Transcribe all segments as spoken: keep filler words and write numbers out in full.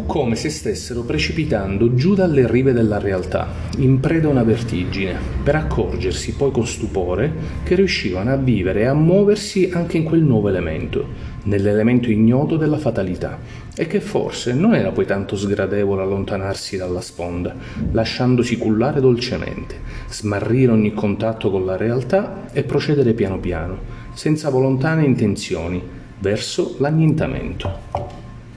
come se stessero precipitando giù dalle rive della realtà, in preda a una vertigine, per accorgersi poi con stupore che riuscivano a vivere e a muoversi anche in quel nuovo elemento, nell'elemento ignoto della fatalità, e che forse non era poi tanto sgradevole allontanarsi dalla sponda, lasciandosi cullare dolcemente, smarrire ogni contatto con la realtà e procedere piano piano, senza volontà né intenzioni, verso l'annientamento.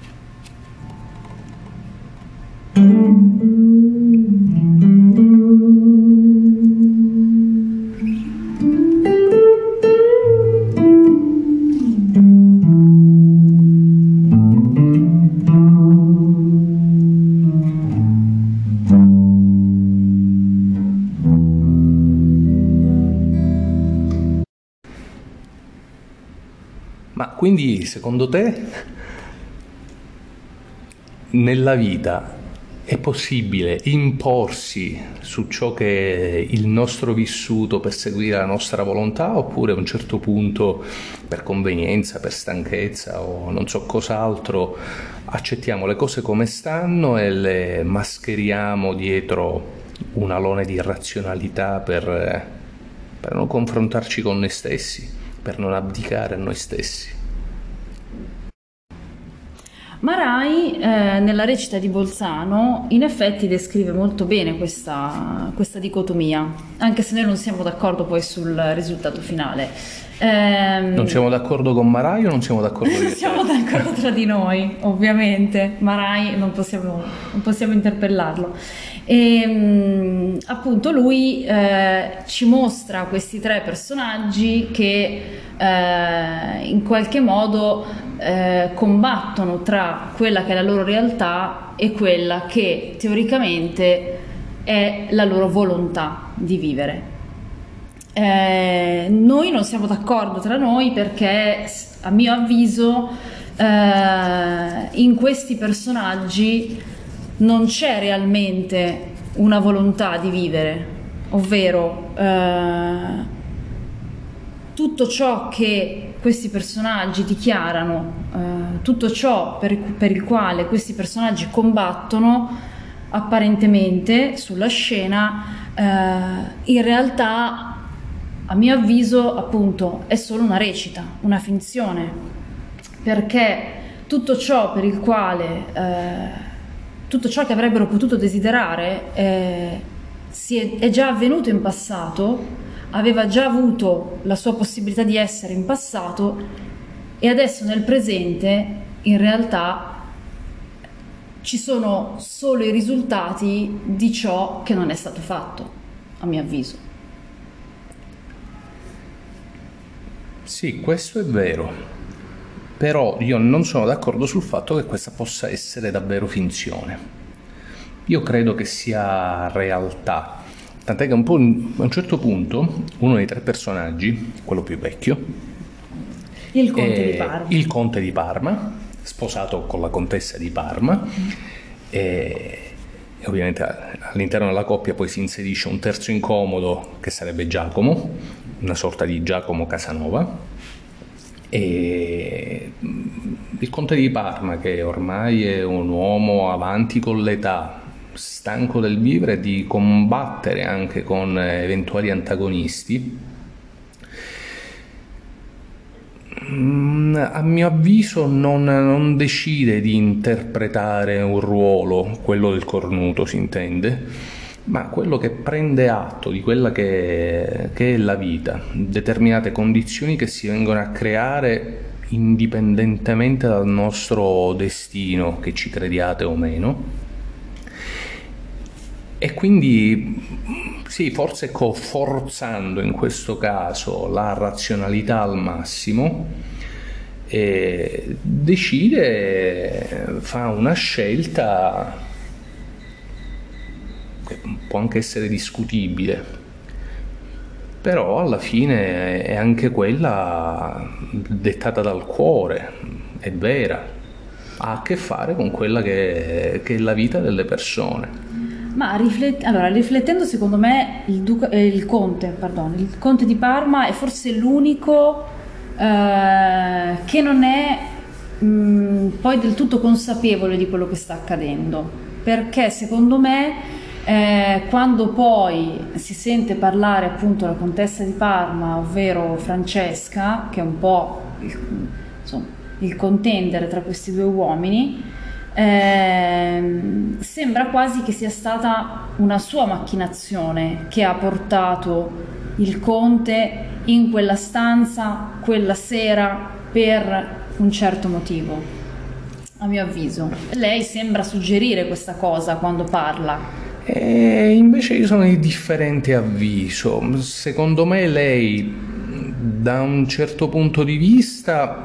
Ma quindi, secondo te, nella vita è possibile imporsi su ciò che è il nostro vissuto per seguire la nostra volontà, oppure a un certo punto, per convenienza, per stanchezza o non so cos'altro, accettiamo le cose come stanno e le mascheriamo dietro un alone di irrazionalità per, per non confrontarci con noi stessi, per non abdicare a noi stessi? Marai, eh, nella recita di Bolzano, in effetti descrive molto bene questa, questa dicotomia, anche se noi non siamo d'accordo poi sul risultato finale. Ehm, non siamo d'accordo con Marai o non siamo d'accordo con Non siamo d'accordo tra di noi, ovviamente. Marai non possiamo, non possiamo interpellarlo. E appunto lui eh, ci mostra questi tre personaggi che eh, in qualche modo eh, combattono tra quella che è la loro realtà e quella che teoricamente è la loro volontà di vivere. Eh, noi non siamo d'accordo tra noi perché, a mio avviso, eh, in questi personaggi non c'è realmente una volontà di vivere, ovvero eh, tutto ciò che questi personaggi dichiarano, eh, tutto ciò per, per il quale questi personaggi combattono apparentemente sulla scena, eh, in realtà, a mio avviso, appunto, è solo una recita, una finzione, perché tutto ciò per il quale eh, tutto ciò che avrebbero potuto desiderare eh, si è, è già avvenuto in passato, aveva già avuto la sua possibilità di essere in passato, e adesso nel presente in realtà ci sono solo i risultati di ciò che non è stato fatto, a mio avviso. Sì, questo è vero. Però io non sono d'accordo sul fatto che questa possa essere davvero finzione. Io credo che sia realtà. Tant'è che un po', a un certo punto uno dei tre personaggi, quello più vecchio, il conte di Parma, il conte di Parma, sposato con la contessa di Parma, mm. e, e ovviamente all'interno della coppia poi si inserisce un terzo incomodo che sarebbe Giacomo, una sorta di Giacomo Casanova. E il conte di Parma, che ormai è un uomo avanti con l'età, stanco del vivere e di combattere anche con eventuali antagonisti, a mio avviso non, non decide di interpretare un ruolo, quello del cornuto si intende, ma quello che prende atto di quella che, che è la vita, determinate condizioni che si vengono a creare indipendentemente dal nostro destino, che ci crediate o meno. E quindi sì, forse ecco, forzando in questo caso la razionalità al massimo, eh, decide, fa una scelta che può anche essere discutibile, però alla fine è anche quella dettata dal cuore, è vera, ha a che fare con quella che, che è la vita delle persone. Ma riflet- allora, riflettendo, secondo me il, duca- eh, il conte, pardon, il conte di Parma è forse l'unico eh, che non è mh, poi del tutto consapevole di quello che sta accadendo, perché secondo me eh, quando poi si sente parlare appunto la contessa di Parma, ovvero Francesca, che è un po' il, insomma, il contendere tra questi due uomini, eh, sembra quasi che sia stata una sua macchinazione che ha portato il conte in quella stanza quella sera per un certo motivo, a mio avviso. Lei sembra suggerire questa cosa quando parla. E invece io sono di differente avviso. Secondo me lei, da un certo punto di vista,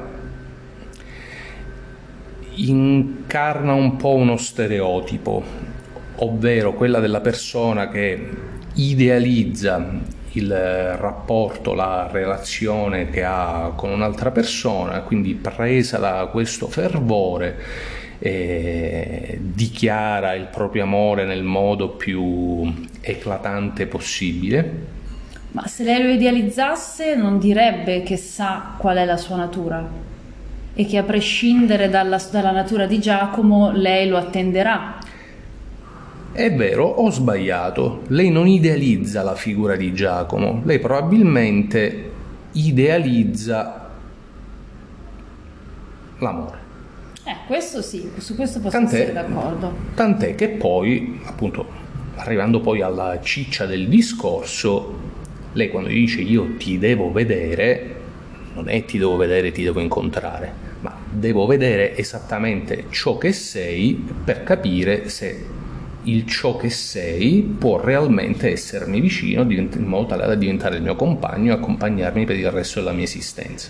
incarna un po' uno stereotipo, ovvero quella della persona che idealizza il rapporto, la relazione che ha con un'altra persona, quindi presa da questo fervore eh, dichiara il proprio amore nel modo più eclatante possibile. Ma se lei lo idealizzasse non direbbe che sa qual è la sua natura e che a prescindere dalla, dalla natura di Giacomo lei lo attenderà. È vero, ho sbagliato. Lei non idealizza la figura di Giacomo, lei probabilmente idealizza l'amore. Eh, questo sì, su questo posso Tant'è, essere d'accordo. Tant'è che poi, appunto, arrivando poi alla ciccia del discorso, lei quando dice io ti devo vedere, non è ti devo vedere, ti devo incontrare, ma devo vedere esattamente ciò che sei per capire se il ciò che sei può realmente essermi vicino in modo tale da diventare il mio compagno e accompagnarmi per il resto della mia esistenza.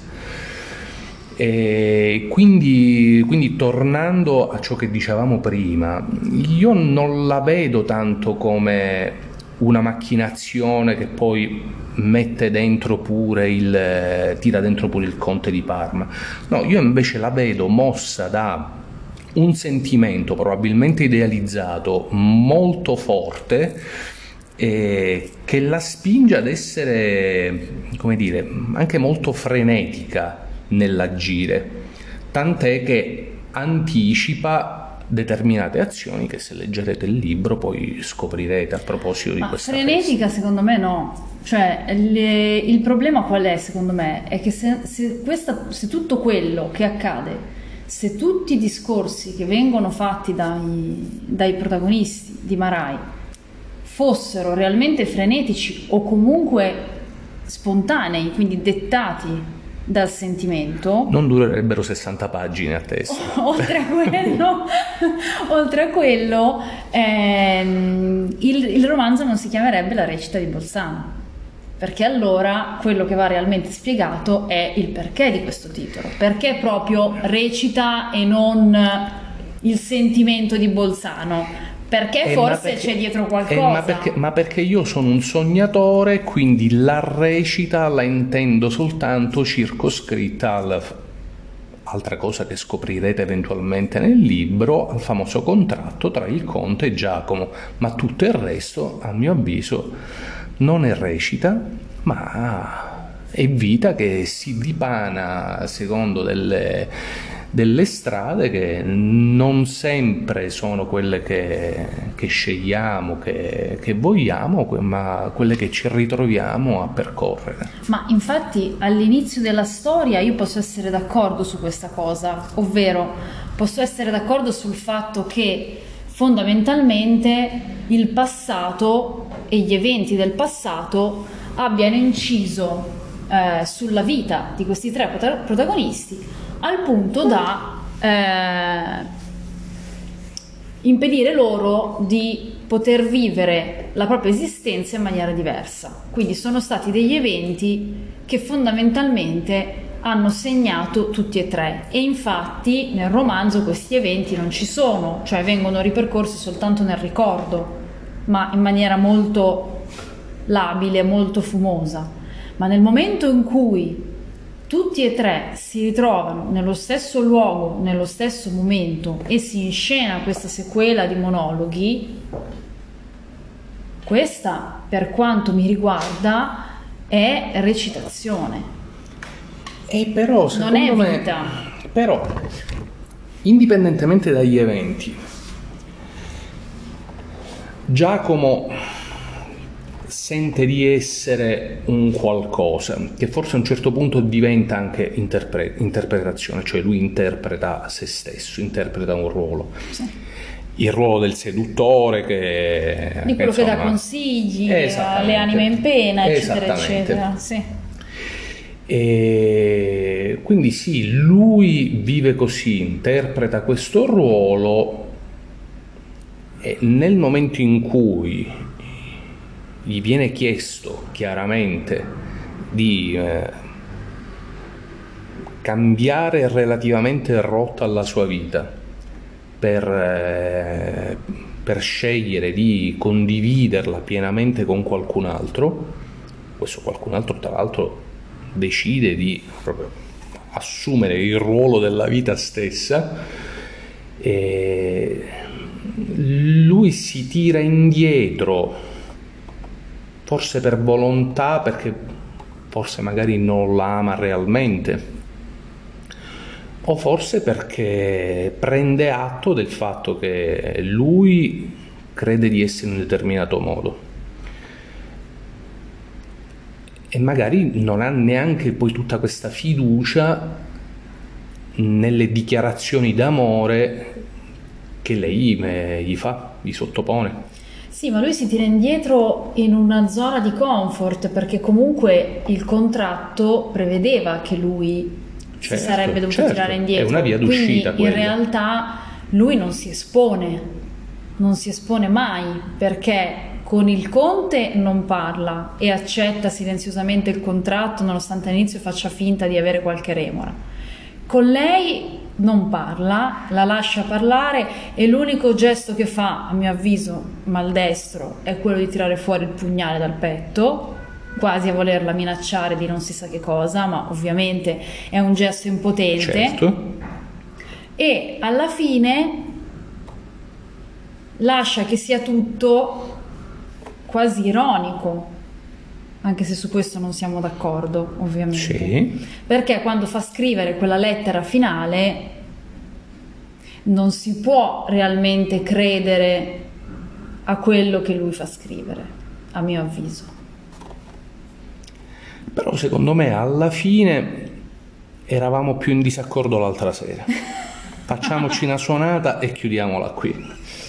E quindi, quindi tornando a ciò che dicevamo prima, io non la vedo tanto come una macchinazione che poi mette dentro pure il tira dentro pure il conte di Parma. No, io invece la vedo mossa da un sentimento probabilmente idealizzato molto forte eh, che la spinge ad essere, come dire, anche molto frenetica nell'agire, tant'è che anticipa determinate azioni che se leggerete il libro poi scoprirete a proposito di Ma questa frenetica festa. secondo me no, cioè le, il problema qual è secondo me è che se, se, questa, se tutto quello che accade, se tutti i discorsi che vengono fatti dai, dai protagonisti di Marai fossero realmente frenetici o comunque spontanei, quindi dettati dal sentimento, non durerebbero sessanta pagine a testa. oltre a quello, oltre a quello ehm, il, il romanzo non si chiamerebbe La recita di Bolzano, perché allora quello che va realmente spiegato è il perché di questo titolo, perché proprio recita e non il sentimento di Bolzano, perché eh, forse perché, c'è dietro qualcosa. Eh, ma, perché, ma perché io sono un sognatore, quindi la recita la intendo soltanto circoscritta al, altra cosa che scoprirete eventualmente nel libro, al famoso contratto tra il conte e Giacomo, ma tutto il resto, a mio avviso, non è recita, ma è vita che si dipana secondo delle, delle strade che non sempre sono quelle che, che scegliamo, che, che vogliamo, ma quelle che ci ritroviamo a percorrere. Ma infatti all'inizio della storia io posso essere d'accordo su questa cosa, ovvero posso essere d'accordo sul fatto che fondamentalmente il passato e gli eventi del passato abbiano inciso eh, sulla vita di questi tre protagonisti al punto da eh, impedire loro di poter vivere la propria esistenza in maniera diversa. Quindi sono stati degli eventi che fondamentalmente hanno segnato tutti e tre, e infatti nel romanzo questi eventi non ci sono, cioè vengono ripercorsi soltanto nel ricordo, ma in maniera molto labile, molto fumosa. Ma nel momento in cui tutti e tre si ritrovano nello stesso luogo, nello stesso momento, e si inscena questa sequela di monologhi, questa, per quanto mi riguarda, è recitazione. E però secondo non è me, vita. Però, indipendentemente dagli eventi, Giacomo sente di essere un qualcosa che forse a un certo punto diventa anche interpre- interpretazione, cioè lui interpreta se stesso, interpreta un ruolo. Sì. Il ruolo del seduttore che... Di quello che, insomma, che dà consigli, le anime in pena, eccetera, eccetera. Sì. E quindi sì, lui vive così, interpreta questo ruolo e nel momento in cui gli viene chiesto chiaramente di eh, cambiare relativamente rotta alla sua vita per, eh, per scegliere di condividerla pienamente con qualcun altro, questo qualcun altro tra l'altro decide di proprio assumere il ruolo della vita stessa, e lui si tira indietro, forse per volontà, perché forse magari non la ama realmente, o forse perché prende atto del fatto che lui crede di essere in un determinato modo e magari non ha neanche poi tutta questa fiducia nelle dichiarazioni d'amore che lei gli fa, gli sottopone. Sì, ma lui si tira indietro in una zona di comfort, perché comunque il contratto prevedeva che lui Certo, si sarebbe dovuto certo, tirare indietro. è una via d'uscita Quindi in quella. realtà lui non si espone, non si espone mai, perché con il conte non parla e accetta silenziosamente il contratto, nonostante all'inizio faccia finta di avere qualche remora. Con lei non parla, la lascia parlare e l'unico gesto che fa, a mio avviso maldestro, è quello di tirare fuori il pugnale dal petto, quasi a volerla minacciare di non si sa che cosa, ma ovviamente è un gesto impotente. Certo. E alla fine lascia che sia tutto quasi ironico, anche se su questo non siamo d'accordo, ovviamente. Sì. Perché quando fa scrivere quella lettera finale non si può realmente credere a quello che lui fa scrivere, a mio avviso. Però secondo me alla fine eravamo più in disaccordo l'altra sera. Facciamoci una suonata e chiudiamola qui.